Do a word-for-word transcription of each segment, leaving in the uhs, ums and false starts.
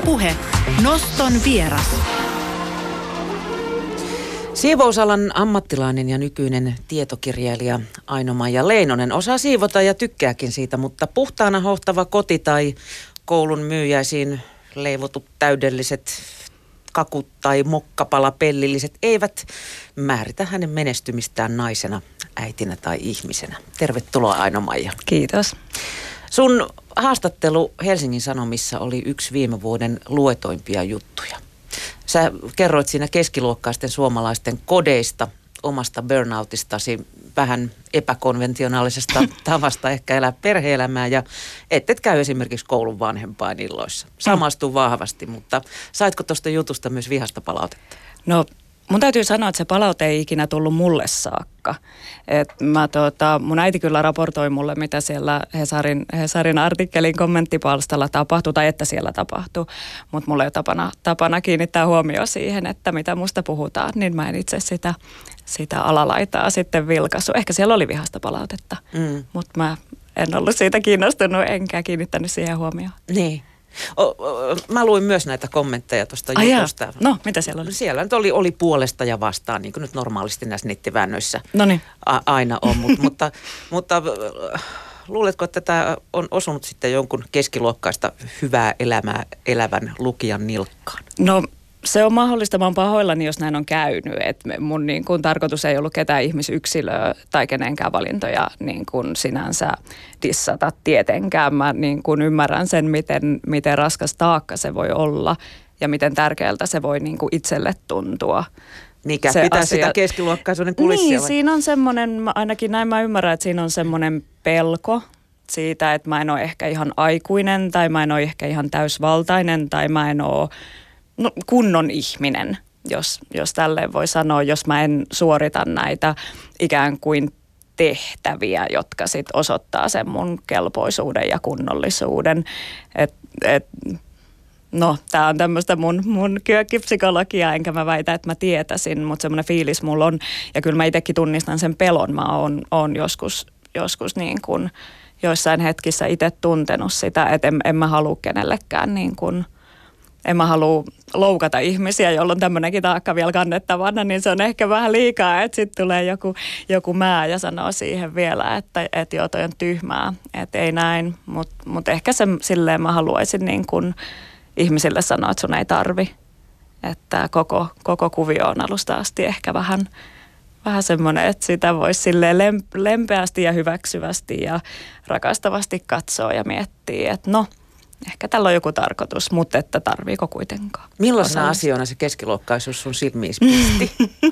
Puhe. Noston vieras. Siivousalan ammattilainen ja nykyinen tietokirjailija Aino-Maija Leinonen osaa siivota ja tykkääkin siitä, mutta puhtaana hohtava koti tai koulun myyjäisiin leivotut täydelliset kakut tai mokkapalapellilliset eivät määritä hänen menestymistään naisena, äitinä tai ihmisenä. Tervetuloa Aino-Maija. Kiitos. Sun haastattelu Helsingin Sanomissa oli yksi viime vuoden luetoimpia juttuja. Sä kerroit siinä keskiluokkaisten suomalaisten kodeista, omasta burnoutistasi, vähän epäkonventionaalisesta tavasta ehkä elää perhe-elämää ja et, et käy esimerkiksi koulun vanhempain illoissa. Samastuu vahvasti, mutta saitko tuosta jutusta myös vihasta palautetta? No mun täytyy sanoa, että se palaute ei ikinä tullut mulle saakka. Et mä, tota, mun äiti kyllä raportoi mulle, mitä siellä Hesarin, Hesarin artikkelin kommenttipalstalla tapahtui tai että siellä tapahtui. Mutta mulla ei ole tapana, tapana kiinnittää huomioon siihen, että mitä musta puhutaan, niin mä en itse sitä, sitä alalaitaa sitten vilkaisu. Ehkä siellä oli vihasta palautetta, mm. mutta mä en ollut siitä kiinnostunut enkä kiinnittänyt siihen huomioon. Niin. O, o, mä luin myös näitä kommentteja tuosta jutusta. No, mitä siellä oli? Siellä nyt oli, oli puolesta ja vastaan, niin kuin nyt normaalisti näissä nettiväännöissä a, aina on. Mut, mutta mutta luuletko, että tämä on osunut sitten jonkun keskiluokkaista hyvää elämää elävän lukijan nilkkaan? No se on mahdollista, mä oon pahoillani, jos näin on käynyt. Et mun niin kun, tarkoitus ei ollut ketään ihmisyksilöä tai kenenkään valintoja niin kun, sinänsä dissata tietenkään. Mä niin kun, ymmärrän sen, miten, miten raskas taakka se voi olla ja miten tärkeältä se voi niin kun, itselle tuntua. Mikä se pitää asia sitä keskiluokkaisuuden kulissia? Niin, siinä on semmoinen, ainakin näin mä ymmärrän, että siinä on semmoinen pelko siitä, että mä en ole ehkä ihan aikuinen tai mä en ole ehkä ihan täysvaltainen tai mä en ole no, kunnon ihminen, jos, jos tälleen voi sanoa, jos mä en suorita näitä ikään kuin tehtäviä, jotka sit osoittaa sen mun kelpoisuuden ja kunnollisuuden. Et, et, no, tää on tämmöistä mun, mun kyökkipsykologiaa, enkä mä väitä, että mä tietäisin, mutta semmoinen fiilis mulla on, ja kyllä mä itsekin tunnistan sen pelon. Mä oon, oon joskus, joskus niin kuin joissain hetkissä itse tuntenut sitä, että en, en mä halua kenellekään niin kuin en mä halua loukata ihmisiä, jolloin tämmöinenkin taakka vielä kannettavana, niin se on ehkä vähän liikaa, että sitten tulee joku, joku mää ja sanoo siihen vielä, että, että joo, toi on tyhmää, että ei näin, mutta mut ehkä se, silleen mä haluaisin niin kun ihmisille sanoa, että sun ei tarvi, että koko, koko kuvio on alusta asti ehkä vähän, vähän semmoinen, että sitä voisi silleen lempeästi ja hyväksyvästi ja rakastavasti katsoa ja miettiä, että no, ehkä tällä on joku tarkoitus, mutta että tarviiko kuitenkaan. Millaisena asioina se keskiluokkaisuus sun silmiin pisti?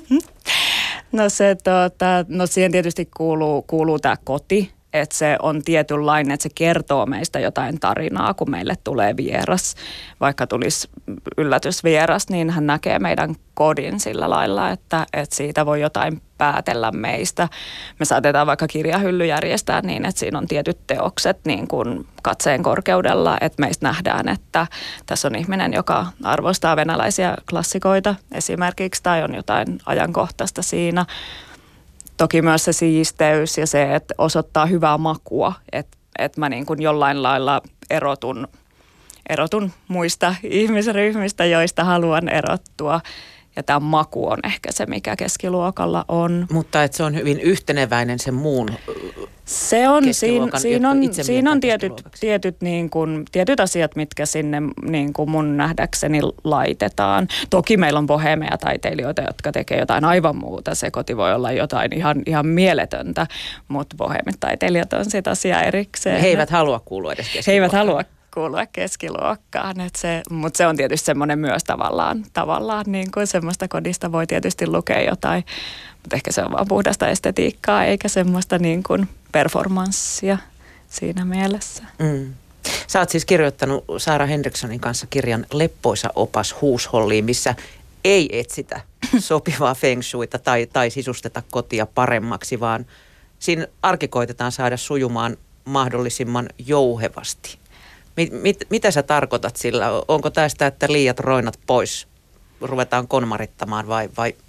no se tota, no siihen tietysti kuuluu, kuuluu tämä koti, että se on tietynlainen, että se kertoo meistä jotain tarinaa, kun meille tulee vieras. Vaikka tulisi yllätysvieras, niin hän näkee meidän kodin sillä lailla, että, että siitä voi jotain päätellä meistä. Me saatetaan vaikka kirjahylly järjestää niin, että siinä on tietyt teokset niin kuin katseen korkeudella, että meistä nähdään, että tässä on ihminen, joka arvostaa venäläisiä klassikoita esimerkiksi, tai on jotain ajankohtaista siinä. Toki myös se siisteys ja se, että osoittaa hyvää makua, että, että mä niin kuin jollain lailla erotun, erotun muista ihmisryhmistä, joista haluan erottua. Ja tämä maku on ehkä se, mikä keskiluokalla on. Mutta että se on hyvin yhteneväinen sen muun se on, siinä, siinä on, siinä on tietyt, tietyt, niin kuin, tietyt asiat, mitkä sinne niin kuin mun nähdäkseni laitetaan. Toki meillä on bohemeja taiteilijoita, jotka tekee jotain aivan muuta. Se koti voi olla jotain ihan, ihan mieletöntä, mutta bohemit taiteilijat on sitä asiaa erikseen. He eivät halua kuulua edes keskiluokkaan. He eivät halua kuulua keskiluokkaan, se, mutta se on tietysti semmoinen myös tavallaan, tavallaan niin kuin semmoista kodista voi tietysti lukea jotain, mutta ehkä se on vaan puhdasta estetiikkaa eikä semmoista niin kuin performanssia siinä mielessä. Mm. Sä oot siis kirjoittanut Saara Henrikssonin kanssa kirjan Leppoisa opas huusholliin, missä ei etsitä sopivaa feng shuita tai, tai sisusteta kotia paremmaksi, vaan siinä arki koitetaan saada sujumaan mahdollisimman jouhevasti. Mit, mit, mitä sä tarkoitat sillä? Onko tästä, että liiat roinat pois ruvetaan konmarittamaan vai, vai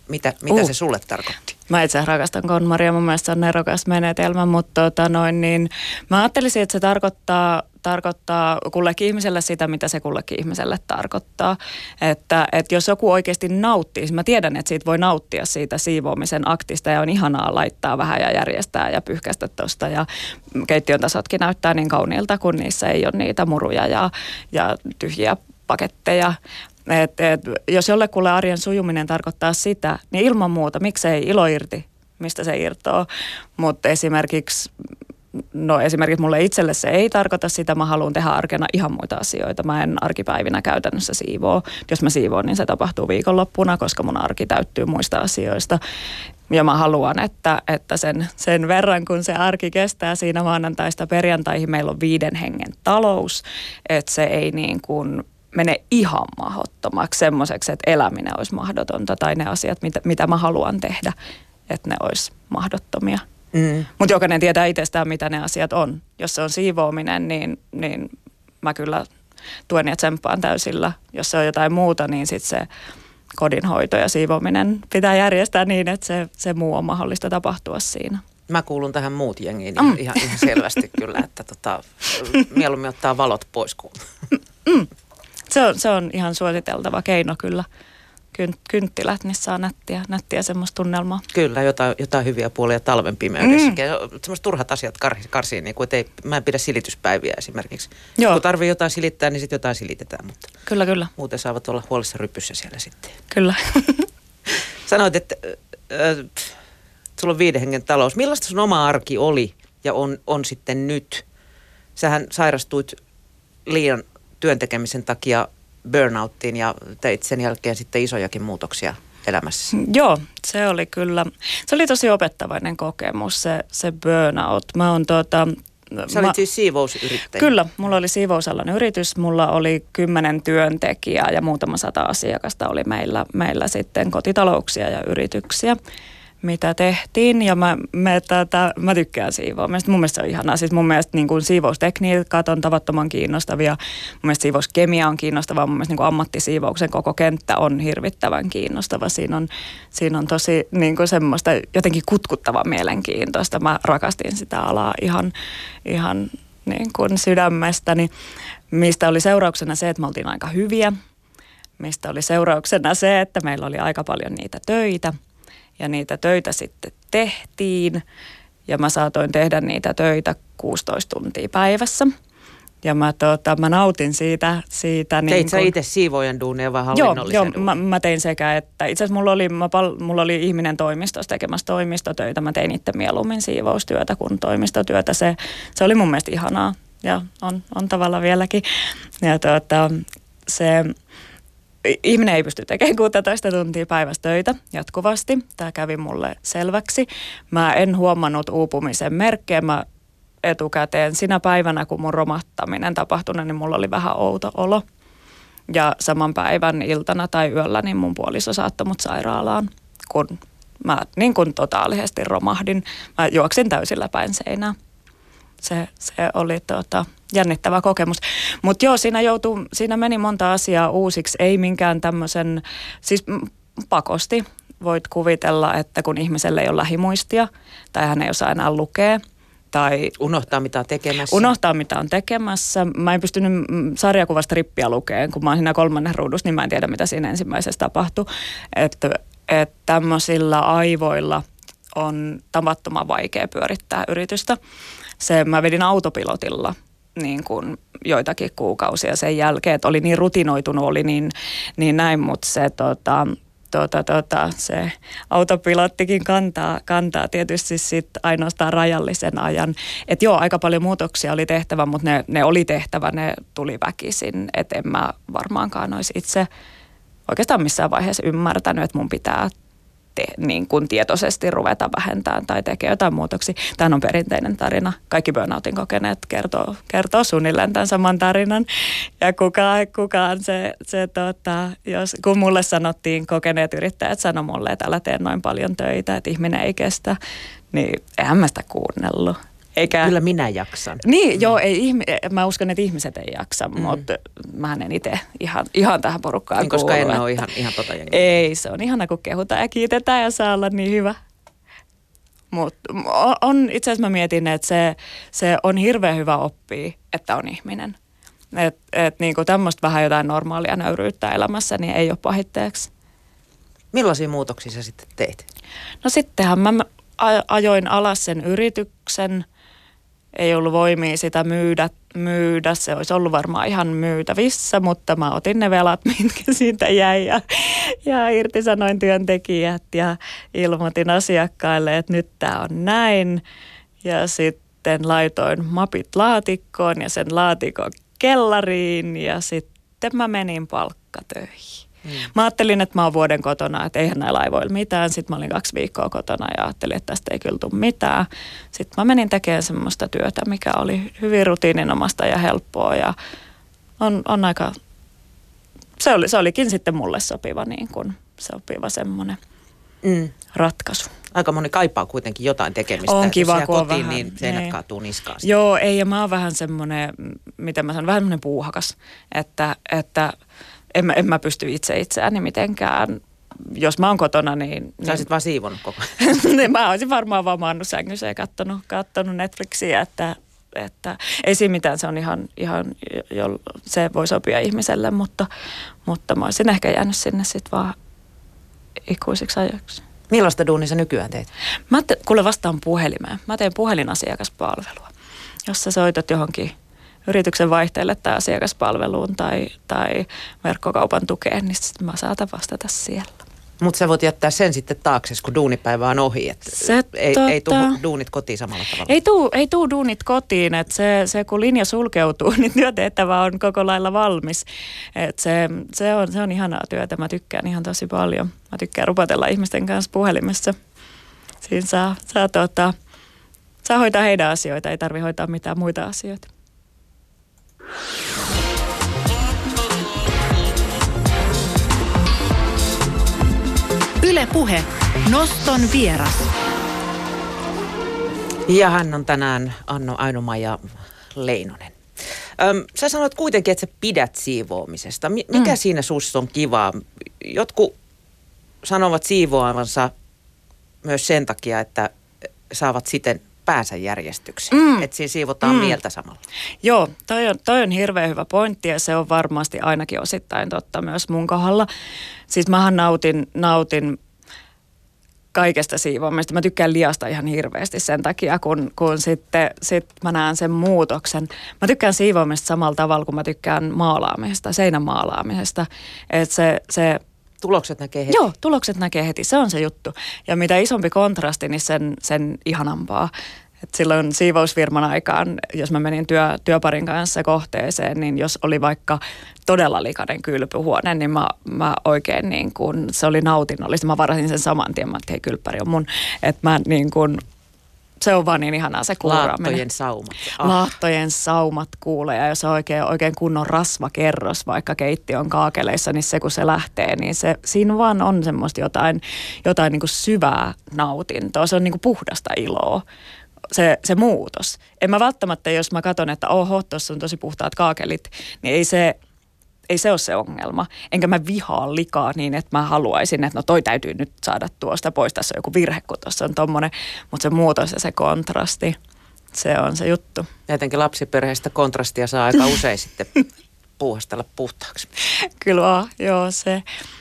mitä, mitä uh. se sulle tarkoitti? Mä itse rakastan KonMaria, mun mielestä se on nerokas menetelmä, mutta tota noin, niin mä ajattelisin, että se tarkoittaa, tarkoittaa kullekin ihmiselle sitä, mitä se kullekin ihmiselle tarkoittaa. Että, että jos joku oikeasti nauttii, mä tiedän, että siitä voi nauttia siitä siivoamisen aktista ja on ihanaa laittaa vähän ja järjestää ja pyyhkäistä tuosta ja keittiön tasotkin näyttää niin kauniilta, kun niissä ei ole niitä muruja ja, ja tyhjiä paketteja. Et, et, jos jollekulle arjen sujuminen tarkoittaa sitä, niin ilman muuta, miksei ilo irti, mistä se irtoo. Mutta esimerkiksi, no esimerkiksi mulle itselle se ei tarkoita sitä, mä haluan tehdä arkena ihan muita asioita. Mä en arkipäivinä käytännössä siivoo. Jos mä siivoon, niin se tapahtuu viikonloppuna, koska mun arki täyttyy muista asioista. Ja mä haluan, että, että sen, sen verran, kun se arki kestää siinä maanantaista perjantaihin, meillä on viiden hengen talous, että se ei niin kuin mene ihan mahdottomaksi semmoiseksi, että eläminen olisi mahdotonta tai ne asiat, mitä, mitä mä haluan tehdä, että ne olisi mahdottomia. Mm. Mutta jokainen tietää itsestään, mitä ne asiat on. Jos se on siivoaminen, niin, niin mä kyllä tuen ja tsemppaan täysillä. Jos se on jotain muuta, niin sitten se kodinhoito ja siivoaminen pitää järjestää niin, että se, se muu on mahdollista tapahtua siinä. Mä kuulun tähän muut jengiin mm. ihan, ihan selvästi kyllä, että tota, mieluummin ottaa valot pois kuin. Mm. Se on, se on ihan suositeltava keino kyllä. Kynttilät, niin saa nättiä, nättiä semmoista tunnelmaa. Kyllä, jotain, jotain hyviä puolia talven pimeydessäkin. Mm. Semmoiset turhat asiat karsii, karsii niin kuin, että ei, mä en pidä silityspäiviä esimerkiksi. Joo. Kun tarvii jotain silittää, niin sitten jotain silitetään. Mutta kyllä, kyllä. Muuten saavat olla huolissa rypyssä siellä sitten. Kyllä. Sanoit, että äh, sulla on viiden hengen talous. Millaista sun oma arki oli ja on, on sitten nyt? Sähän sairastuit liian työntekemisen takia burnouttiin ja teit sen jälkeen sitten isojakin muutoksia elämässä. Joo, se oli kyllä, se oli tosi opettavainen kokemus se, se burnout. Mä oon tuota... Sä olit mä, siis siivousyrittäjä. Kyllä, mulla oli siivousalan yritys, mulla oli kymmenen työntekijää ja muutama sata asiakasta oli meillä, meillä sitten kotitalouksia ja yrityksiä, mitä tehtiin. Ja mä, me, tätä, mä tykkään siivoamista. Mun mielestä se on ihanaa. Siis mun mielestä niin kuin siivoustekniikat on tavattoman kiinnostavia. Mun mielestä siivouskemia on kiinnostavaa. Mun mielestä niin kuin ammattisiivouksen koko kenttä on hirvittävän kiinnostava. Siinä on, siinä on tosi niin kuin semmoista jotenkin kutkuttavaa mielenkiintoista. Mä rakastin sitä alaa ihan, ihan niin kuin sydämestäni. Mistä oli seurauksena se, että me oltiin aika hyviä. Mistä oli seurauksena se, että meillä oli aika paljon niitä töitä. Ja niitä töitä sitten tehtiin ja mä saatoin tehdä niitä töitä kuusitoista tuntia päivässä. Ja mä, tota, mä nautin siitä. siitä Teit niin sä itse siivoojan duuneja vai hallinnollisia Joo, joo mä, mä tein sekä, että itse asiassa mulla oli, mä, mulla oli ihminen toimistossa tekemässä toimistotöitä. Mä tein itse mieluummin siivoustyötä kuin toimistotyötä. Se, se oli mun mielestä ihanaa ja on, on tavallaan vieläkin. Ja tota, se... Ihminen ei pysty tekemään kuusitoista tuntia päivässä töitä jatkuvasti. Tämä kävi mulle selväksi. Mä en huomannut uupumisen merkkejä. Mä etukäteen sinä päivänä, kun mun romahtaminen tapahtui, niin mulla oli vähän outo olo. Ja saman päivän iltana tai yöllä niin mun puoliso saattoi mut sairaalaan, kun mä niin kuin totaalisesti romahdin. Mä juoksin täysillä päin seinää. Se, se oli tota, jännittävä kokemus. Mutta joo, siinä, joutui, siinä meni monta asiaa uusiksi. Ei minkään tämmöisen, siis pakosti voit kuvitella, että kun ihmiselle ei ole lähimuistia tai hän ei osaa enää lukea. Tai unohtaa mitä on tekemässä. Unohtaa mitä on tekemässä. Mä en pystynyt sarjakuvasta rippiä lukemaan, kun mä oon siinä kolmannen ruudussa, niin mä en tiedä mitä siinä ensimmäisessä tapahtui. Että et tämmöisillä aivoilla on tavattoman vaikea pyörittää yritystä. Se, mä vedin autopilotilla niin kuin joitakin kuukausia sen jälkeen, että oli niin rutinoitunut, oli niin, niin näin, mutta se, tota, tota, tota, se autopilottikin kantaa, kantaa tietysti sit ainoastaan rajallisen ajan. Että joo, aika paljon muutoksia oli tehtävä, mutta ne, ne oli tehtävä, ne tuli väkisin, että en mä varmaankaan olisi itse oikeastaan missään vaiheessa ymmärtänyt, että mun pitää Te, niin kuin tietoisesti ruveta vähentämään tai tekee jotain muutoksia. Tämä on perinteinen tarina. Kaikki burnoutin kokeneet kertoo, kertoo suunnilleen tämän saman tarinan. Ja kukaan, kukaan se, se tota, jos, kun mulle sanottiin, kokeneet yrittäjät sanoi mulle, että älä tee noin paljon töitä, että ihminen ei kestä, niin eihän mä sitä kuunnellut. Eikä... Kyllä minä jaksan. Niin, mm. joo, ei, mä uskon, että ihmiset ei jaksa, mm. mutta mähän en itse ihan, ihan tähän porukkaan niin, koska en ole ihan, ihan tota jengiä. Ei, se on ihana, kun kehutaan ja kiitetään ja saa olla niin hyvä. Mutta on, itse asiassa mä mietin, että se, se on hirveän hyvä oppia, että on ihminen. Että et, niinku tämmöistä vähän jotain normaalia nöyryyttä elämässä, niin ei ole pahitteeksi. Millaisia muutoksia sä sitten teit? No sittenhän mä ajoin alas sen yrityksen. Ei ollut voimia sitä myydä, myydä. Se olisi ollut varmaan ihan myytävissä, mutta mä otin ne velat, mitkä siitä jäi. Ja, ja irtisanoin työntekijät ja ilmoitin asiakkaille, että nyt tää on näin. Ja sitten laitoin mapit laatikkoon ja sen laatikon kellariin ja sitten mä menin palkkatöihin. Mm. Mä ajattelin, että mä oon vuoden kotona, että eihän näillä laivoilla mitään. Sitten mä olin kaksi viikkoa kotona ja ajattelin, että tästä ei kyllä tule mitään. Sitten mä menin tekemään semmoista työtä, mikä oli hyvin rutiininomasta ja helppoa ja on, on aika, se, oli, se olikin sitten mulle sopiva, niin kuin, sopiva semmoinen mm. ratkaisu. Aika moni kaipaa kuitenkin jotain tekemistä. On kiva, kun on kotiin, vähän, niin seinät kaatuu niskaan. Joo, ei, ja mä oon vähän semmoinen, miten mä sanon, vähän semmoinen puuhakas, että, että en, en mä pysty itse itseäni mitenkään. Jos mä oon kotona, niin... Sä olisit vaan siivonnut koko ajan. Niin mä olisin varmaan vaan maannut sängyssä ja kattonut, kattonut Netflixiä, että, että ei siinä mitään, se on ihan, ihan jo, se voi sopia ihmiselle, mutta, mutta mä olisin ehkä jäänyt sinne sit vaan ikuisiksi ajoiksi. Millaista duunia sä nykyään teet? Mä te, kuule vastaan puhelimeen. Mä teen puhelinasiakaspalvelua. Jos sä soitat johonkin yrityksen vaihteelle tai asiakaspalveluun tai, tai verkkokaupan tukeen, niin sit mä saatan vastata siellä. Mutta sä voit jättää sen sitten taakse, kun duunipäivä on ohi. Et se, ei, tota, ei tuu duunit kotiin samalla tavalla. Ei tuu, ei tuu duunit kotiin. Et se, se, kun linja sulkeutuu, niin työtehtävä on koko lailla valmis. Et se, se, on, se on ihanaa työtä. Mä tykkään ihan tosi paljon. Mä tykkään rupatella ihmisten kanssa puhelimessa. Siinä saa, saa, tota, saa hoitaa heidän asioita, ei tarvitse hoitaa mitään muita asioita. Yle Puhe. Noston vieras. Ja hän on tänään Anno Aino-Maija Leinonen. Öm, sä sanoit kuitenkin, että sä pidät siivoamisesta. M- mikä mm. siinä sussa on kivaa? Jotkut sanovat siivoavansa myös sen takia, että saavat siten päänsä järjestykseen. Mm. Että siinä siivotaan mm. mieltä samalla. Joo, toi on, toi on hirveän hyvä pointti ja se on varmasti ainakin osittain totta myös mun kohdalla. Siis mähän nautin, nautin kaikesta siivoamista. Mä tykkään liasta ihan hirveästi sen takia, kun, kun sitten sit mä näen sen muutoksen. Mä tykkään siivoamista samalla tavalla, kuin mä tykkään maalaamisesta, seinämaalaamisesta. Että se... se tulokset näkee heti. Joo, tulokset näkee heti. Se on se juttu. Ja mitä isompi kontrasti, niin sen, sen ihanampaa. Et silloin siivousfirman aikaan, jos mä menin työ, työparin kanssa kohteeseen, niin jos oli vaikka todella likainen kylpyhuone, niin mä, mä oikein niin kuin, se oli nautinnollista. Mä varasin sen saman tien, että hei, kylppäri on mun. Että mä niin kuin, se on vaan niin ihanaa se kuuraaminen. Laattojen saumat. Ah. Laattojen saumat kuulee ja jos on oikein, oikein kunnon rasvakerros vaikka keittiön kaakeleissa, niin se kun se lähtee, niin se, siinä vaan on semmoista jotain, jotain niin kuin syvää nautintoa. Se on niin kuin puhdasta iloa. Se, se muutos. En mä välttämättä, jos mä katson, että oho, tuossa on tosi puhtaat kaakelit, niin ei se, ei se ole se ongelma. Enkä mä vihaa likaa niin, että mä haluaisin, että no toi täytyy nyt saada tuosta pois. Tässä on joku virhe, kun tuossa on tommonen. Mutta se muutos ja se kontrasti, se on se juttu. Jotenkin lapsiperheistä kontrastia saa aika usein sitten puuhastella puhtaaksi. Kyllä, joo, se,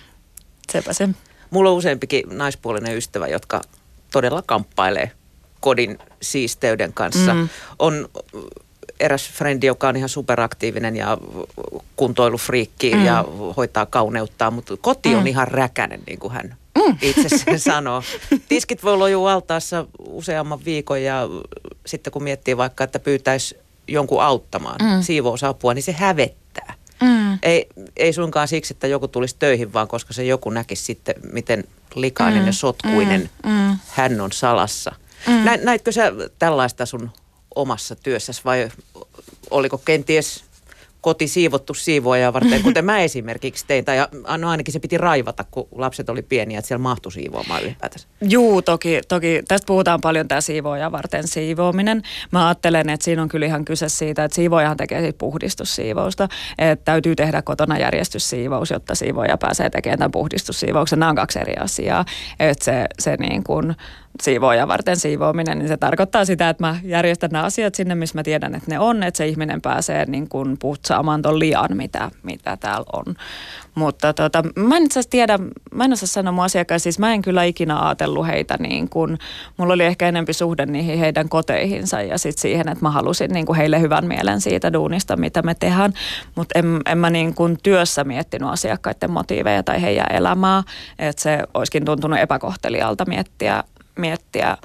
sepä se. Mulla on useampikin naispuolinen ystävä, jotka todella kamppailee kodin siisteyden kanssa. Mm. On eräs frendi, joka on ihan superaktiivinen ja kuntoilufriikki mm. ja hoitaa kauneuttaa, mutta koti mm. on ihan räkänen, niin kuin hän mm. itse sen sanoo. Tiskit voi lojua altaassa useamman viikon ja sitten kun miettii vaikka, että pyytäisi jonkun auttamaan mm. siivousapua, niin se hävettää. Mm. Ei, ei suinkaan siksi, että joku tulisi töihin, vaan koska se joku näkisi sitten, miten likainen mm. ja sotkuinen mm. Mm. hän on salassa. Mm. Nä, näitkö sä tällaista sun omassa työssäsi vai oliko kenties koti siivottu siivoajaa varten, kuten mä esimerkiksi tein. Tai no ainakin se piti raivata, kun lapset oli pieniä, että siellä mahtui siivoamaan ylipäätänsä. Juu, toki, toki tästä puhutaan paljon tämä siivoaja varten siivoaminen. Mä ajattelen, että siinä on kyllä ihan kyse siitä, että siivoajahan tekee siitä puhdistussiivousta. Että täytyy tehdä kotona järjestyssiivous, jotta siivoaja pääsee tekemään tämän puhdistussiivouksen. Nämä on kaksi eri asiaa. Että se, se niin kuin siivoaja varten siivoaminen, niin se tarkoittaa sitä, että mä järjestän nämä asiat sinne, missä mä tiedän, että ne on, että se ihminen pääsee niin kuin putsaamaan ton lian, mitä, mitä täällä on. Mutta tota, mä en itse asiassa tiedä, mä en osaa sanoa mun asiakkaille, siis mä en kyllä ikinä ajatellut heitä niin kuin, mulla oli ehkä enempi suhde niihin heidän koteihinsa ja sitten siihen, että mä halusin niin kuin heille hyvän mielen siitä duunista, mitä me tehdään, mutta en, en mä niin kuin työssä miettinyt asiakkaiden motiiveja tai heidän elämää, että se olisikin tuntunut epäkohtelijalta miettiä miettiä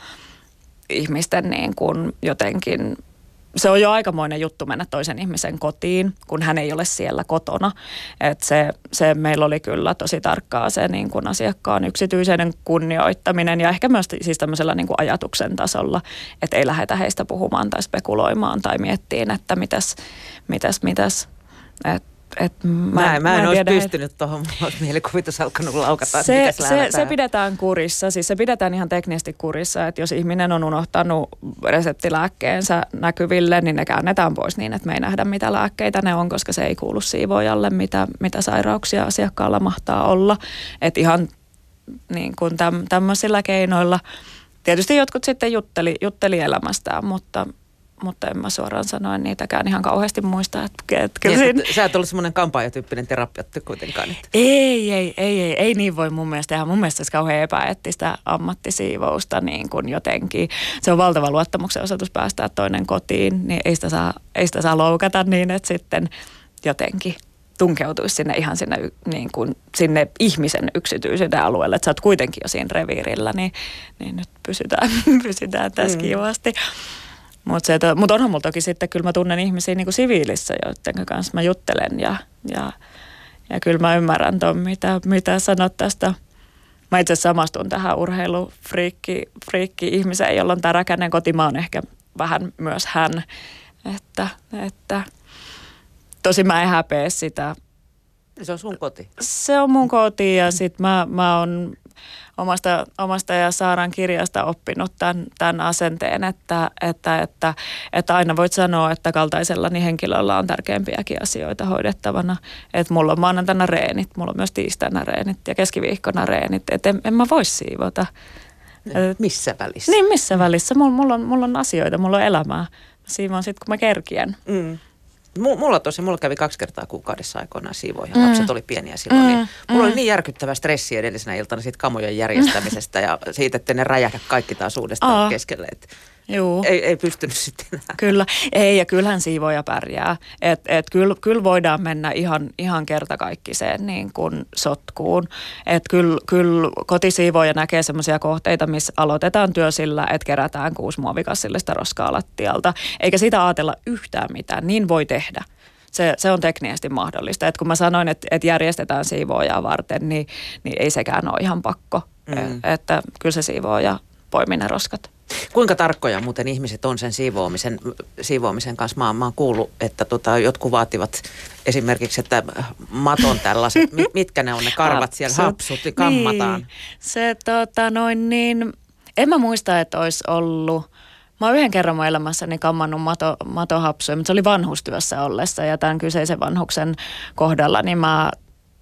ihmisten niin kuin jotenkin, se on jo aikamoinen juttu mennä toisen ihmisen kotiin, kun hän ei ole siellä kotona. Et se, se meillä oli kyllä tosi tarkkaa se niin kuin asiakkaan yksityisyyden kunnioittaminen ja ehkä myös siis tämmöisellä niin kuin ajatuksen tasolla, että ei lähdetä heistä puhumaan tai spekuloimaan tai miettiin, että mitäs, mitäs, mitäs, että Et mä, mä, en, mä en, en olisi pystynyt heitä. tuohon, mulla olisi mielikuvitus alkanut laukata. Se, se, se pidetään kurissa, siis se pidetään ihan teknisesti kurissa, että jos ihminen on unohtanut reseptilääkkeensä näkyville, niin ne käännetään pois niin, että me ei nähdä mitä lääkkeitä ne on, koska se ei kuulu siivoojalle, mitä, mitä sairauksia asiakkaalla mahtaa olla. Että ihan niin kuin täm, tämmöisillä keinoilla. Tietysti jotkut sitten jutteli, jutteli elämästään, mutta... Mutta en mä suoraan sanoen niitäkään ihan kauheasti muista. Että, että niin, siinä... Sä et ollut semmoinen kampaajatyyppinen terapeutti kuitenkaan. Että... Ei, ei, ei, ei, ei niin voi mun mielestä tehdä. Mun mielestä se kauhean epäeettistä ammattisiivousta niin kuin jotenkin. Se on valtava luottamuksen osoitus päästää toinen kotiin, niin ei sitä saa, ei sitä saa loukata niin, että sitten jotenkin tunkeutuisi sinne ihan sinne, niin kuin, sinne ihmisen yksityisyyden alueelle, että sä oot kuitenkin jo siinä reviirillä, niin, niin nyt pysytään, pysytään tässä mm. kivasti. Mutta mut onhan mulla toki sitten, kyllä mä tunnen ihmisiä niin kuin siviilissä, joiden kanssa mä juttelen ja, ja, ja kyllä mä ymmärrän ton, mitä, mitä sanot tästä. Mä itse asiassa samastun tähän urheilufriikki friikki ihmiseen, jolla on täräkäinen koti. Mä oon ehkä vähän myös hän, että, että tosi mä en häpeä sitä. Se on sun koti. Se on mun koti ja sit mä, mä oon omasta, omasta ja Saaran kirjasta oppinut tämän, tämän asenteen, että, että, että, että aina voit sanoa, että kaltaisellani henkilöllä on tärkeimpiäkin asioita hoidettavana. Että mulla on maanantaina reenit, mulla on myös tiistaina reenit ja keskiviikkona reenit, että en, en mä voi siivota. Missä välissä? Niin, missä välissä. Mulla, mulla, on, mulla on asioita, mulla on elämää. Mä siivoan sitten, kun mä kerkiän. Mm. Mulla tosi, mulla kävi kaksi kertaa kuukaudessa aikoinaan siivoja. Mm. Lapset oli pieniä silloin. Mm. Niin mulla mm. oli niin järkyttävä stressi edellisenä iltana siitä kamojen järjestämisestä ja siitä, että ne räjähdä kaikki taas uudestaan Aa. keskelle. Juu. Ei, ei pystynyt sitten enää. Kyllä, ei ja kyllähän siivoja pärjää. Että et kyllä, kyllä voidaan mennä ihan, ihan kertakaikkiseen niin kuin sotkuun. Että kyllä, kyllä kotisiivoja näkee semmoisia kohteita, missä aloitetaan työ sillä, että kerätään kuusi muovikassillista roskaa lattialta. Eikä sitä ajatella yhtään mitään, niin voi tehdä. Se, se on teknisesti mahdollista. Et kun mä sanoin, että et järjestetään siivoojaa varten, niin, niin ei sekään ole ihan pakko. Mm. Et, että kyllä se siivooja poimii ne roskat. Kuinka tarkkoja muuten ihmiset on sen siivoamisen, siivoamisen kanssa? Mä oon, mä oon kuullut, että tota, jotkut vaativat esimerkiksi, että maton tällaiset, mitkä ne on ne karvat hapsut. Siellä, hapsut, niin kammataan. Niin. Se tota noin niin, en mä muista, että olisi ollut, mä oon yhden kerran mun elämässäni kammannut mato, matohapsuja, mutta se oli vanhustyössä ollessa ja tämän kyseisen vanhuksen kohdalla, niin mä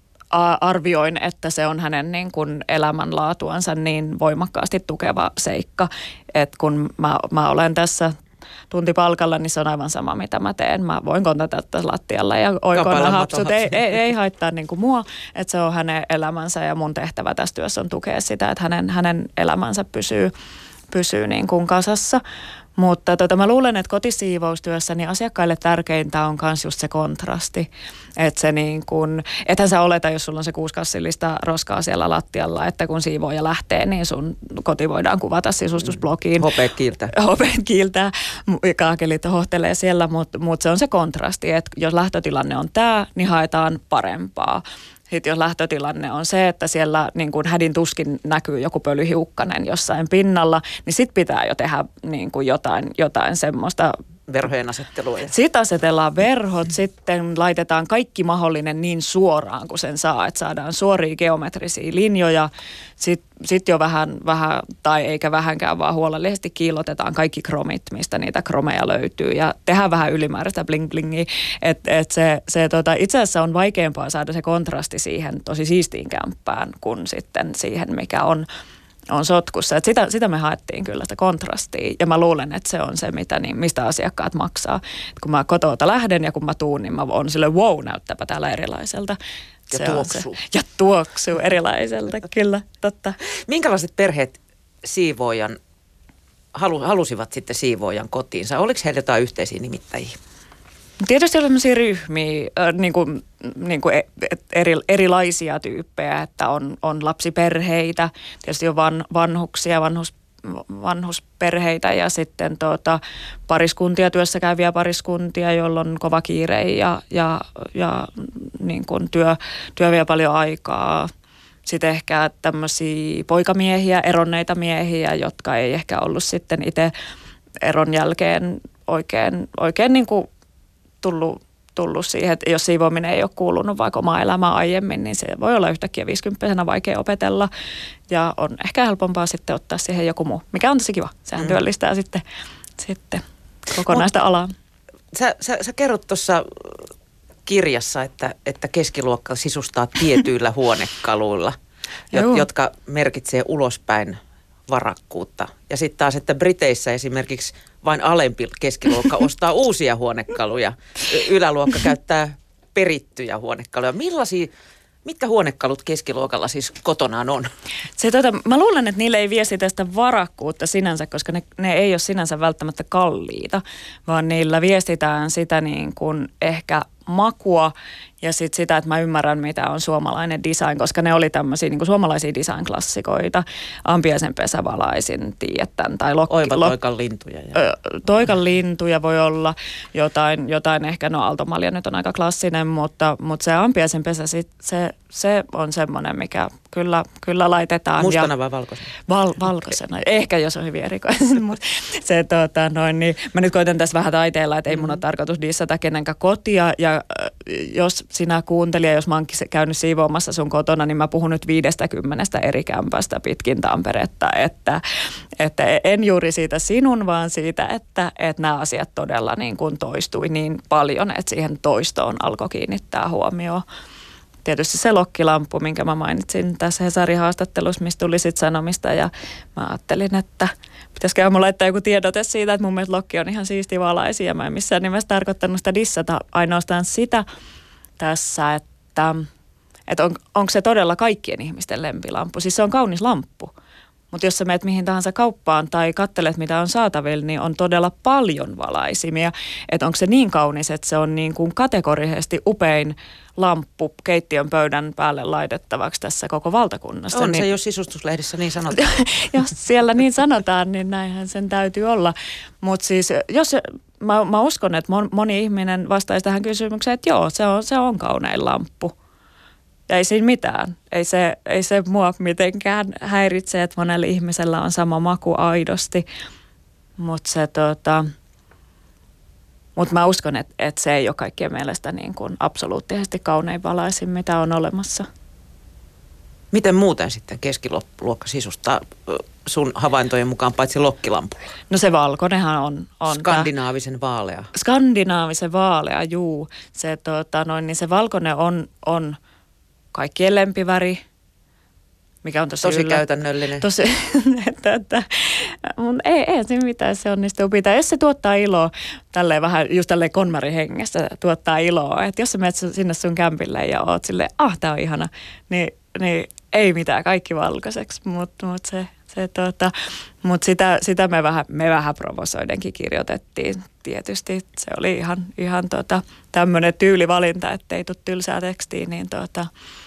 arvioin, että se on hänen niin kuin elämänlaatuansa niin voimakkaasti tukeva seikka, että kun mä, mä olen tässä tuntipalkalla, niin se on aivan sama, mitä mä teen. Mä voin kontata tässä lattialla ja oikoina hapsut. Ei, ei, ei haittaa niin kuin mua, että se on hänen elämänsä ja mun tehtävä tässä työssä on tukea sitä, että hänen, hänen elämänsä pysyy, pysyy niin kuin kasassa. Mutta tota, mä luulen, että kotisiivoustyössä niin asiakkaille tärkeintä on myös just se kontrasti. Että se niin kun, ethän sä oleta, jos sulla on se kuuskassillista roskaa siellä lattialla, että kun siivooja lähtee, niin sun koti voidaan kuvata sisustusblogiin. Hopeet kiiltää. Hopeet kiiltää, kaakelit hohtelee siellä, mutta mut se on se kontrasti, että jos lähtötilanne on tämä, niin haetaan parempaa. Sitten jos lähtötilanne on se, että siellä niin kuin hädin tuskin näkyy joku pölyhiukkanen jossain pinnalla, niin sitten pitää jo tehdä niin kuin jotain, jotain semmoista verhojen asettelua. Sitten asetellaan verhot, sitten laitetaan kaikki mahdollinen niin suoraan kuin sen saa, että saadaan suoria geometrisia linjoja. Sitten sit jo vähän, vähän, tai eikä vähänkään, vaan huolellisesti kiillotetaan kaikki kromit, mistä niitä kromeja löytyy. Ja tehdään vähän ylimääräistä bling-blingiä. Että et se, se tota, itse asiassa on vaikeampaa saada se kontrasti siihen tosi siistiin kämppään kuin sitten siihen, mikä on on sotkussa. Et sitä, sitä me haettiin kyllä, sitä kontrastia. Ja mä luulen, että se on se, mitä, niin, mistä asiakkaat maksaa. Et kun mä kotoota lähden ja kun mä tuun, niin mä oon silleen, wow, näyttääpä täällä erilaiselta. Ja se tuoksuu. Ja tuoksuu erilaiselta, kyllä, totta. Minkälaiset perheet siivoojan, halu, halusivat sitten siivoojan kotiinsa? Oliko heillä jotain yhteisiä nimittäjiä? Tietysti on sellaisia ryhmiä, äh, niin kuin, niin kuin eri, erilaisia tyyppejä, että on, on lapsiperheitä, tietysti on van, vanhuksia, vanhus, vanhusperheitä ja sitten tuota, pariskuntia, työssä käyviä pariskuntia, joilla on kova kiire ja, ja, ja niin kuin työ, työ vie paljon aikaa. Sitten ehkä tämmöisiä poikamiehiä, eronneita miehiä, jotka ei ehkä ollut sitten itse eron jälkeen oikein, oikein niin kuin tullut, tullut siihen, että jos siivoaminen ei ole kuulunut vaikka omaa elämää aiemmin, niin se voi olla yhtäkkiä viisikymppisenä vaikea opetella ja on ehkä helpompaa sitten ottaa siihen joku muu, mikä on tosi kiva. Sehän mm. työllistää sitten, sitten kokonaista Mut, alaa. Sä, sä, sä kerrot tuossa kirjassa, että, että keskiluokka sisustaa tietyillä huonekaluilla, jot, jotka merkitsee ulospäin varakkuutta. Ja sitten taas, että Briteissä esimerkiksi vain alempi keskiluokka ostaa uusia huonekaluja. Yläluokka käyttää perittyjä huonekaluja. Millaisia, mitkä huonekalut keskiluokalla siis kotonaan on? Se, tota, mä luulen, että niille ei viestitä sitä varakkuutta sinänsä, koska ne, ne ei ole sinänsä välttämättä kalliita, vaan niillä viestitään sitä niin kuin ehkä makua ja sitten sitä, että mä ymmärrän, mitä on suomalainen design, koska ne oli tämmöisiä niin kuin suomalaisia design-klassikoita. Ampiaisen pesävalaisin, tiedät tämän. Tai lokki, Oiva toikan lintuja. Ja. Toikan lintuja voi olla jotain, jotain ehkä, no Aaltomalja nyt on aika klassinen, mutta, mutta se ampiaisen pesä, sit, se, se on semmoinen, mikä kyllä, kyllä laitetaan. Mustana ja, vai valkoisena? Val, valkoisena. Ehkä jos on hyvin erikoinen, mutta se tota noin, niin mä nyt koitan tässä vähän taiteella, että ei mun ole tarkoitus dissata kenenkään kotia ja jos sinä kuuntelija, jos mä oon käynyt siivoamassa sun kotona, niin mä puhun nyt viidestäkymmenestä eri kämpästä pitkin Tamperetta, että, että en juuri siitä sinun, vaan siitä, että, että nämä asiat todella niin kuin toistui niin paljon, että siihen toistoon alkoi kiinnittää huomioon. Tietysti se lokkilampu, minkä mä mainitsin tässä Hesarin haastattelussa, mistä tuli sit sanomista ja mä ajattelin, että pitäisikö mun laittaa joku tiedote siitä, että mun mielestä lokki on ihan siisti valaisia ja mä en missään nimessä tarkoittanut sitä dissata, ainoastaan sitä tässä, että, että on, onko se todella kaikkien ihmisten lempilampu. Siis se on kaunis lamppu, mutta jos sä meet mihin tahansa kauppaan tai kattelet mitä on saatavilla, niin on todella paljon valaisimia. Että onko se niin kaunis, että se on niin kuin kategorisesti upein lamppu keittiön pöydän päälle laitettavaksi tässä koko valtakunnassa. On niin, se, jos sisustuslehdissä niin sanotaan. Jos siellä niin sanotaan, niin näinhän sen täytyy olla. Mutta siis jos, mä, mä uskon, että moni ihminen vastaisi tähän kysymykseen, että joo, se on, se on kaunein lamppu. Ja ei siinä mitään. Ei se, ei se mua mitenkään häiritse, että monella ihmisellä on sama maku aidosti. Mutta se tota... Mutta mä uskon, että, että se ei ole kaikkien mielestä niin kuin absoluuttisesti kaunein valaisin, mitä on olemassa. Miten muuten sitten keskiluokka sisustaa sun havaintojen mukaan paitsi lokkilampulla? No se valkoinenhan on... on Skandinaavisen vaalea. Skandinaavisen vaalea, juu. Se, tota, noin, niin se valkoinen on, on kaikkien lempiväri, mikä on tosi, tosi yllä... käytännöllinen. Tosi, että, että, mun ei, ei se mitään, se onnistuu pitää. Jos se tuottaa iloa, tälleen vähän just tälleen konmarin hengessä tuottaa iloa, että jos sä menet sinne sun kämpille ja oot silleen, ah tää on ihana, niin, niin ei mitään, kaikki valkoiseksi, mutta mut se, se tota, mut sitä, sitä me vähän, me vähän provosoidenkin kirjoitettiin tietysti. Se oli ihan, ihan tota, tämmöinen tyylivalinta, ettei tule tylsää tekstiä, niin tota,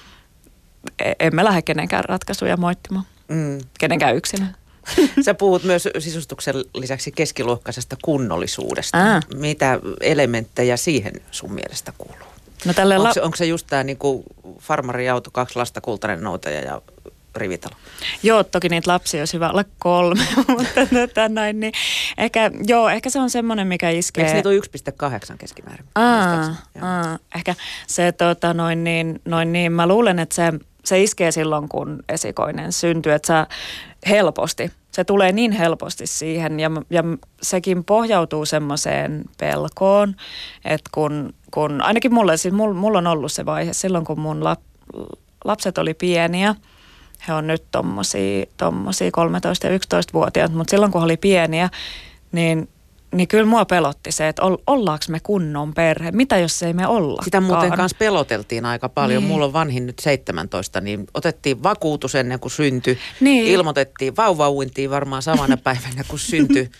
emme lähde kenenkään ratkaisuja moittimaan, mm. kenenkään yksinään. Sä puhut myös sisustuksen lisäksi keskiluokkaisesta kunnollisuudesta. Ää. Mitä elementtejä siihen sun mielestä kuuluu? No onko, la- onko se just tämä niinku farmariauto, kaksi lasta, kultainen noutaja ja rivitalo. Joo, toki niitä lapsia olisi hyvä olla kolme, mutta tota noin, niin ehkä, joo, ehkä se on semmoinen, mikä iskee. Eikö niitä ole yksi pilkku kahdeksan keskimäärin? Aa, aa, ehkä se tota noin niin, noin niin, mä luulen, että se, se iskee silloin, kun esikoinen syntyy, että sä helposti, se tulee niin helposti siihen ja, ja sekin pohjautuu semmoiseen pelkoon, että kun, kun ainakin mulle, siis mulla, mulla on ollut se vaihe silloin, kun mun lap, lapset oli pieniä, he on nyt tommosia, tommosia kolmetoista- ja yksitoistavuotiaat, mutta silloin kun he oli pieniä, niin, niin kyllä mua pelotti se, että ollaanko me kunnon perhe. Mitä jos ei me olla? Sitä muuten kanssa peloteltiin aika paljon. Niin. Mulla on vanhin nyt seitsemäntoista, niin otettiin vakuutus ennen kuin syntyi. Niin. Ilmoitettiin vauvauintiin varmaan samana päivänä, kun syntyi.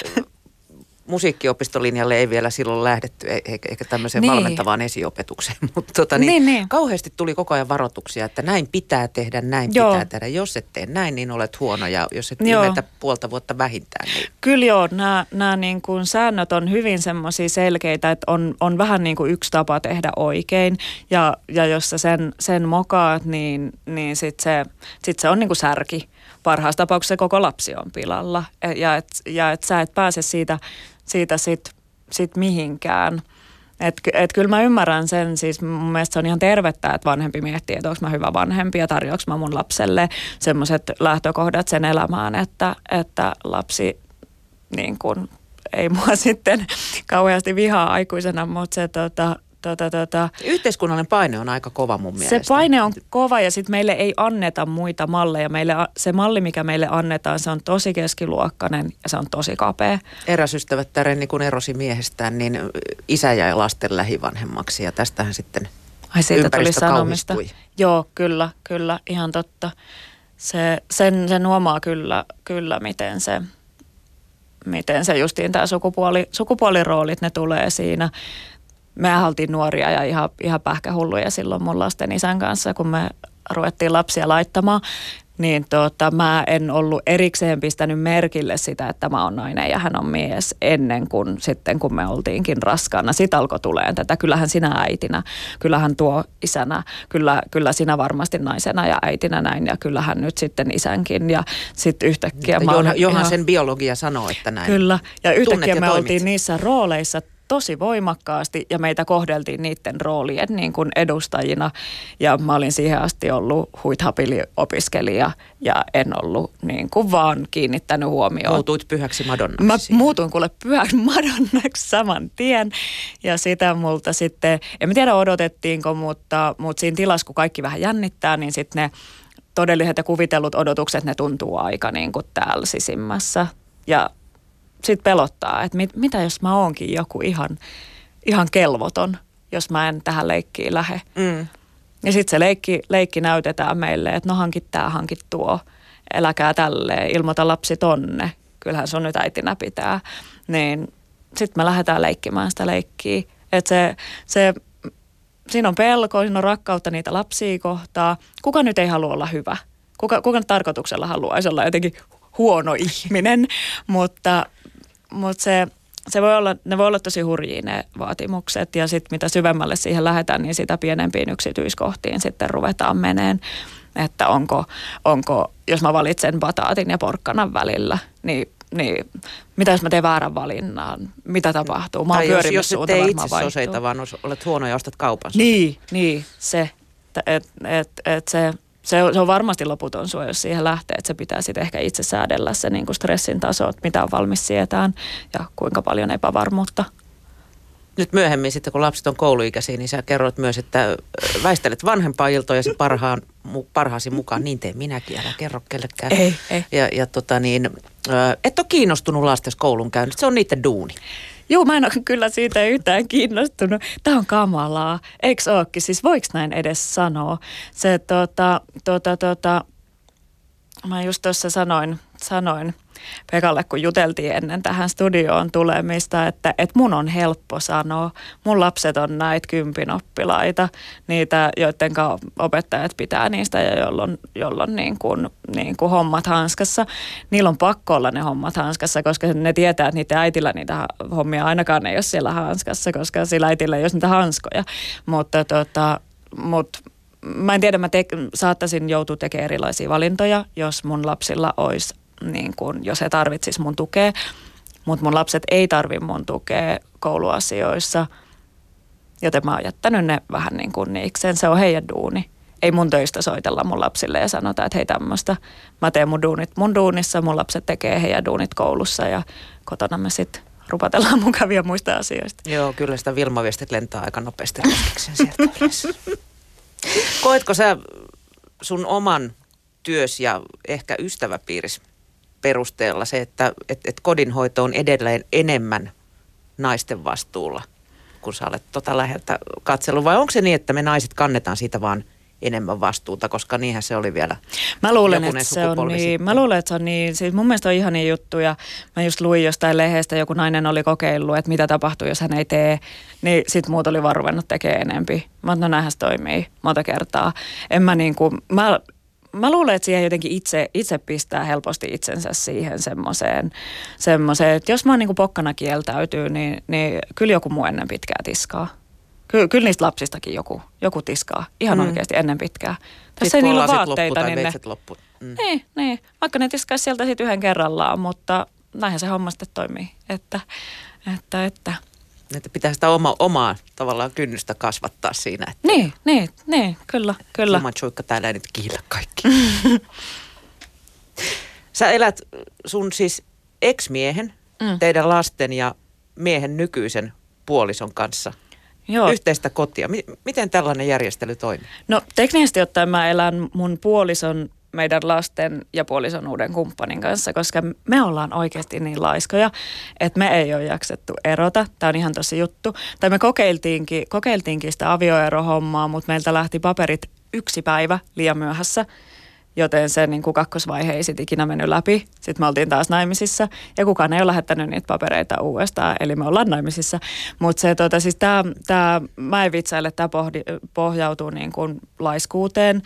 Musiikkiopistolinjalle ei vielä silloin lähdetty, eikä tämmöiseen niin. valmentavaan esiopetukseen, mutta tota niin, niin, niin. kauheasti tuli koko ajan varoituksia, että näin pitää tehdä, näin Joo. pitää tehdä. Jos et tee näin, niin olet huono ja jos et Joo. imetä puolta vuotta vähintään. Niin. Kyllä joo, nämä, nämä niin kuin säännöt on hyvin semmoisia selkeitä, että on, on vähän niin kuin yksi tapa tehdä oikein ja, ja jos sä sen, sen mokaat, niin, niin sitten se, sit se on niin kuin särki. Parhaassa tapauksessa koko lapsi on pilalla ja että ja et sä et pääse siitä, siitä sit, sit mihinkään. Että et kyllä mä ymmärrän sen, siis mun mielestä se on ihan tervettä, että vanhempi miettii, että onko mä hyvä vanhempi ja tarjoanko mä mun lapselle semmoiset lähtökohdat sen elämään, että, että lapsi niin kun, ei mua sitten kauheasti vihaa aikuisena, mutta se tota, tota, tota, Yhteiskunnallinen paine on aika kova mun mielestä. Se paine on kova ja sitten meille ei anneta muita malleja. Meille, se malli, mikä meille annetaan, se on tosi keskiluokkainen ja se on tosi kapea. Eräs ystävättäreni, kun erosi miehestään, niin isä jäi lasten lähivanhemmaksi ja tästähän sitten Ai siitä tuli ympäristö sanomista. kauhistui. Joo, kyllä, kyllä, ihan totta. Se, sen, sen huomaa kyllä, kyllä miten se, miten se justiin tämä sukupuoli, sukupuoliroolit, ne tulee siinä. Me oltiin nuoria ja ihan, ihan pähkähulluja silloin mun lasten isän kanssa, kun me ruvettiin lapsia laittamaan. Niin tota, mä en ollut erikseen pistänyt merkille sitä, että mä oon nainen ja hän on mies ennen kuin sitten, kun me oltiinkin raskaana. Sitten alkoi tulemaan tätä, kyllähän sinä äitinä, kyllähän tuo isänä, kyllä, kyllä sinä varmasti naisena ja äitinä näin ja kyllähän nyt sitten isänkin. Ja sitten yhtäkkiä mä Johan, johan ihan, sen biologia sanoo, että näin. Kyllä, ja yhtäkkiä ja me toimit. oltiin niissä rooleissa tosi voimakkaasti ja meitä kohdeltiin niiden roolien niin kuin edustajina. Ja mä olin siihen asti ollut huithapili-opiskelija ja en ollut niin kuin vaan kiinnittänyt huomioon. Muutuit pyhäksi madonnaksi. Mä siinä. muutuin kuule pyhäksi madonnaksi saman tien ja sitä multa sitten, en mä tiedä odotettiinko, mutta, mutta siinä tilassa kun kaikki vähän jännittää, niin sitten ne todelliset ja kuvitellut odotukset, ne tuntuu aika niin kuin täällä sisimmässä ja sitten pelottaa, että mit, mitä jos mä oonkin joku ihan, ihan kelvoton, jos mä en tähän leikkiin lähde. Mm. Ja sitten se leikki, leikki näytetään meille, että no hankit tää, hankit tuo, eläkää tälleen, ilmoita lapsi tonne, kyllähän sun nyt äitinä pitää. Niin sitten me lähdetään leikkimään sitä leikkiä. Että se, se, siinä on pelko, siinä on rakkautta niitä lapsia kohtaa. Kuka nyt ei halua olla hyvä? Kuka, kuka nyt tarkoituksella haluaisi olla jotenkin huono ihminen, mutta... Mutta se, se voi olla, ne voi olla tosi hurjia ne vaatimukset ja sitten mitä syvemmälle siihen lähdetään, niin sitä pienempiin yksityiskohtiin sitten ruvetaan meneen. Että onko, onko, jos mä valitsen bataatin ja porkkanan välillä, niin, niin mitä jos mä teen väärän valinnan? Mitä tapahtuu? Mä oon tai jos, jos et tee itse vaihtuu. soseita, vaan olet huono ja ostat kaupan soseita. Niin, niin se, että et, et se... Se on, se on varmasti loputon suo, jos siihen lähtee, että se pitää sitten ehkä itse säädellä se niin kuin stressin taso, että mitä on valmis sietään ja kuinka paljon epävarmuutta. Nyt myöhemmin sitten, kun lapset on kouluikäisiä, niin sä kerroit myös, että väistelet vanhempaa iltojasi parhaan, parhaasi mukaan. Niin teen minäkin, älä kerro kellekään. Ei, ei. Ja, ja tota niin, et ole kiinnostunut lastesi koulun käynnistä, se on niiden duuni. Joo, mä en ole kyllä siitä yhtään kiinnostunut. Tämä on kamalaa. Eikö ookin? Siis voiko näin edes sanoa? Se tota, tota, tota, mä just tuossa sanoin, sanoin Pekalle, kun juteltiin ennen tähän studioon tulemista, että, että mun on helppo sanoa. Mun lapset on näitä kympin oppilaita, niitä, joiden opettajat pitää niistä ja jolloin, jolloin niin kuin, niin kuin hommat hanskassa. Niillä on pakko olla ne hommat hanskassa, koska ne tietää, että niiden äitillä niitä hommia ainakaan ei ole siellä hanskassa, koska sillä äitillä ei ole niitä hanskoja. Mutta tota, mut, mä en tiedä, mä te, saattaisin joutua tekemään erilaisia valintoja, jos mun lapsilla olisi, niin kun, jos he tarvitsisi mun tukea. Mutta mun lapset ei tarvi mun tukea kouluasioissa, joten mä oon jättänyt ne vähän niin kuin niikseen. Se on heidän duuni. Ei mun töistä soitella mun lapsille ja sanota, että hei tämmöistä. Mä teen mun duunit mun duunissa, mun lapset tekee heidän duunit koulussa ja kotona me sitten rupatellaan mukavia muista asioista. Joo, kyllä sitä Vilma-viestit lentää aika nopeasti roskiksen sieltä yleensä. Koetko sä sun oman työs ja ehkä ystäväpiiris perusteella se, että et, et kodinhoito on edelleen enemmän naisten vastuulla, kun sä olet tota läheltä katsellut? Vai onko se niin, että me naiset kannetaan siitä vaan enemmän vastuuta, koska niinhän se oli vielä Mä luulen, että se on niin. Mä luulen, että se on niin. Siis mun mielestä on ihania juttuja. Mä just luin jostain lehdestä, joku nainen oli kokeillut, että mitä tapahtuu, jos hän ei tee. Niin sit muut oli vaan ruvennut tekemään enempi. Mä oon, no näinhän se toimii monta kertaa. En mä niinku, mä, mä luulen, että siihen jotenkin itse, itse pistää helposti itsensä siihen semmoiseen, semmoiseen että jos mä oon niinku pokkana kieltäytyy, niin, niin kyllä joku muu ennen pitkää tiskaa. Ky- kyllä niistä lapsistakin joku, joku tiskaa. Ihan mm. oikeasti ennen pitkää. Tässä ei niillä ole vaatteita. Loppu, niin ne... loppu. Mm. Niin, niin. Vaikka ne tiskaisi sieltä sitten yhden kerrallaan, mutta näinhän se homma sitten toimii. Että, että, että. Että pitää sitä oma, omaa tavallaan kynnystä kasvattaa siinä. Että niin, niin, niin, kyllä, kyllä. Ilman tsuikka täällä ei nyt kihillä kaikki. Sä elät sun siis ex-miehen, mm. teidän lasten ja miehen nykyisen puolison kanssa. Joo. Yhteistä kotia. Miten tällainen järjestely toimii? No teknisesti ottaen mä elän mun puolison, meidän lasten ja puolison uuden kumppanin kanssa, koska me ollaan oikeasti niin laiskoja, että me ei ole jaksettu erota. Tämä on ihan tosi juttu. Tai me kokeiltiinkin, kokeiltiinkin sitä avioerohommaa, mutta meiltä lähti paperit yksi päivä liian myöhässä. Joten se niin kuin kakkosvaihe ei sitten ikinä mennyt läpi. Sitten me oltiin taas naimisissa ja kukaan ei ole lähettänyt niitä papereita uudestaan, eli me ollaan naimisissa. Mutta se tota, siis tämä, tämä, mä en vitsaile, tämä pohjautuu niin kuin laiskuuteen.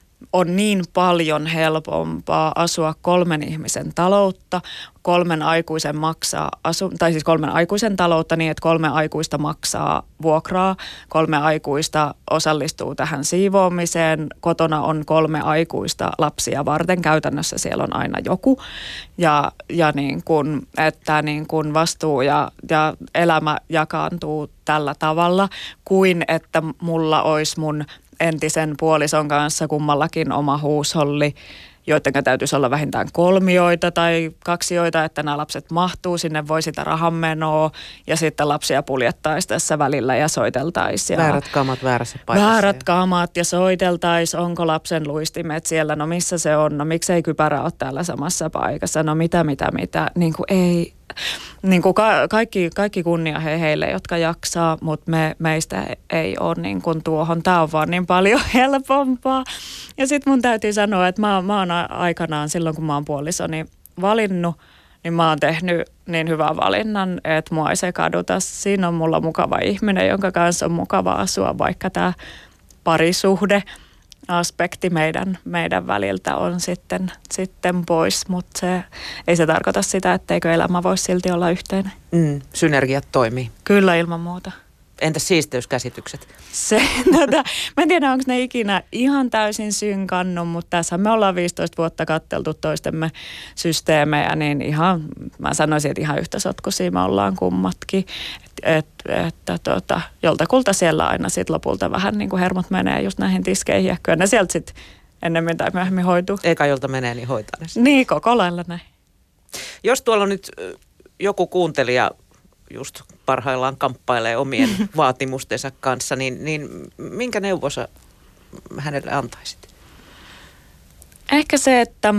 On niin paljon helpompaa asua kolmen ihmisen taloutta, kolmen aikuisen maksaa, asu, tai siis kolmen aikuisen taloutta niin, että kolme aikuista maksaa vuokraa, kolme aikuista osallistuu tähän siivoamiseen, kotona on kolme aikuista lapsia varten, käytännössä siellä on aina joku, ja, ja niin kun, että niin kun vastuu ja, ja elämä jakaantuu tällä tavalla, kuin että mulla olisi mun entisen puolison kanssa kummallakin oma huusholli, joiden täytyisi olla vähintään kolmioita tai kaksioita, että nämä lapset mahtuu, sinne voi sitä rahanmenoa ja sitten lapsia puljettaisiin tässä välillä ja soiteltaisiin. Väärät kamat väärässä paikassa. Väärät kamat ja soiteltaisiin, onko lapsen luistimet siellä, no missä se on, no miksei kypärä ole täällä samassa paikassa, no mitä, mitä, mitä, niin kuin ei. Niin kuin ka- kaikki, kaikki kunnia he, heille, jotka jaksaa, mutta me, meistä ei ole niin kuin tuohon. Tämä on vaan niin paljon helpompaa. Ja sitten mun täytyy sanoa, että mä, mä oon aikanaan silloin, kun mä oon puolisoni valinnut, niin mä oon tehnyt niin hyvän valinnan, että mua ei se kaduta. Siinä on mulla mukava ihminen, jonka kanssa on mukava asua, vaikka tämä parisuhde aspekti meidän, meidän väliltä on sitten, sitten pois, mutta se, ei se tarkoita sitä, etteikö elämä voisi silti olla yhteinen. Mm, synergiat toimii. Kyllä, ilman muuta. Entäs siisteyskäsitykset? Se, tota, mä en tiedä, onko ne ikinä ihan täysin synkannut, mutta tässä me ollaan viisitoista vuotta katteltu toistemme systeemejä, niin ihan, mä sanoisin, että ihan yhtä sotkuisia me ollaan kummatkin. Että et, et, tota, joltakulta siellä aina sit lopulta vähän niin kuin hermot menee just näihin tiskeihin ja kyllä ne sieltä sitten ennemmin tai myöhemmin hoituu. Eikä jolta menee, niin hoitaa ne. Niin, koko lailla näin. Jos tuolla nyt joku kuuntelija just parhaillaan kamppailee omien vaatimustensa kanssa, niin, niin minkä neuvon sä hänelle antaisit? Ehkä se, että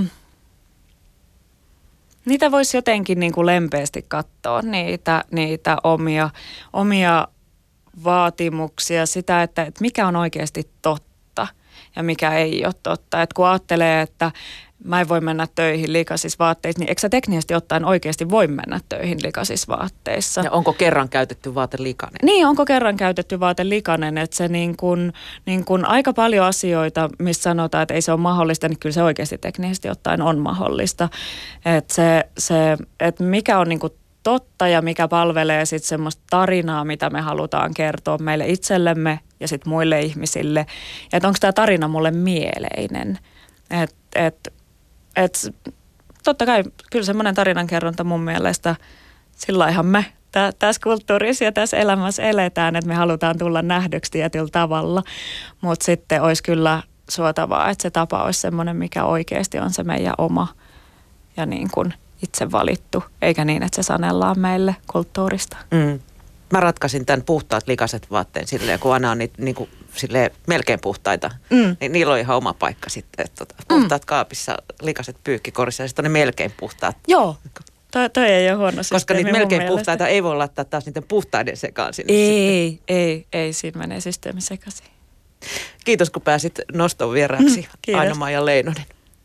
niitä voisi jotenkin niin kuin lempeästi katsoa, niitä, niitä omia, omia vaatimuksia, sitä, että, että mikä on oikeasti totta ja mikä ei ole totta. Että kun ajattelee, että mä en voi mennä töihin likaisissa vaatteissa, niin eikö sä teknisesti ottaen oikeasti voi mennä töihin likaisissa vaatteissa? Ja onko kerran käytetty vaate likainen? Niin, onko kerran käytetty vaate likainen, että se niin kuin, niin kuin aika paljon asioita, missä sanotaan, että ei se ole mahdollista, niin kyllä se oikeasti teknisesti ottaen on mahdollista. Että se, se, että mikä on niin kuin totta ja mikä palvelee sitten semmoista tarinaa, mitä me halutaan kertoa meille itsellemme ja sitten muille ihmisille. Että onko tämä tarina mulle mieleinen. Että et, et, totta kai kyllä semmoinen tarinankerronta mun mielestä, silloinhan me tä, tässä kulttuurissa ja tässä elämässä eletään, että me halutaan tulla nähdyksi tietyllä tavalla. Mutta sitten olisi kyllä suotavaa, että se tapa olisi semmoinen, mikä oikeasti on se meidän oma ja niin kuin itse valittu, eikä niin, että se sanellaan meille kulttuurista. Mm. Mä ratkaisin tämän puhtaat likaset vaatteen silleen, kun aina on niitä niin kuin, silleen, melkein puhtaita, mm. niin niillä on ihan oma paikka sitten. Että, tota, puhtaat mm. kaapissa, likaset pyykkikorissa ja sitten on ne melkein puhtaat. Joo, toi, toi ei ole huono Koska niitä melkein mielestä. Puhtaita ei voi laittaa taas niiden puhtaiden sekaan sinne. Ei, sitten. ei, ei, siinä menee systeemi sekaisin. Kiitos kun pääsit noston vieraaksi, Mm, Aino-Maija Leinonen.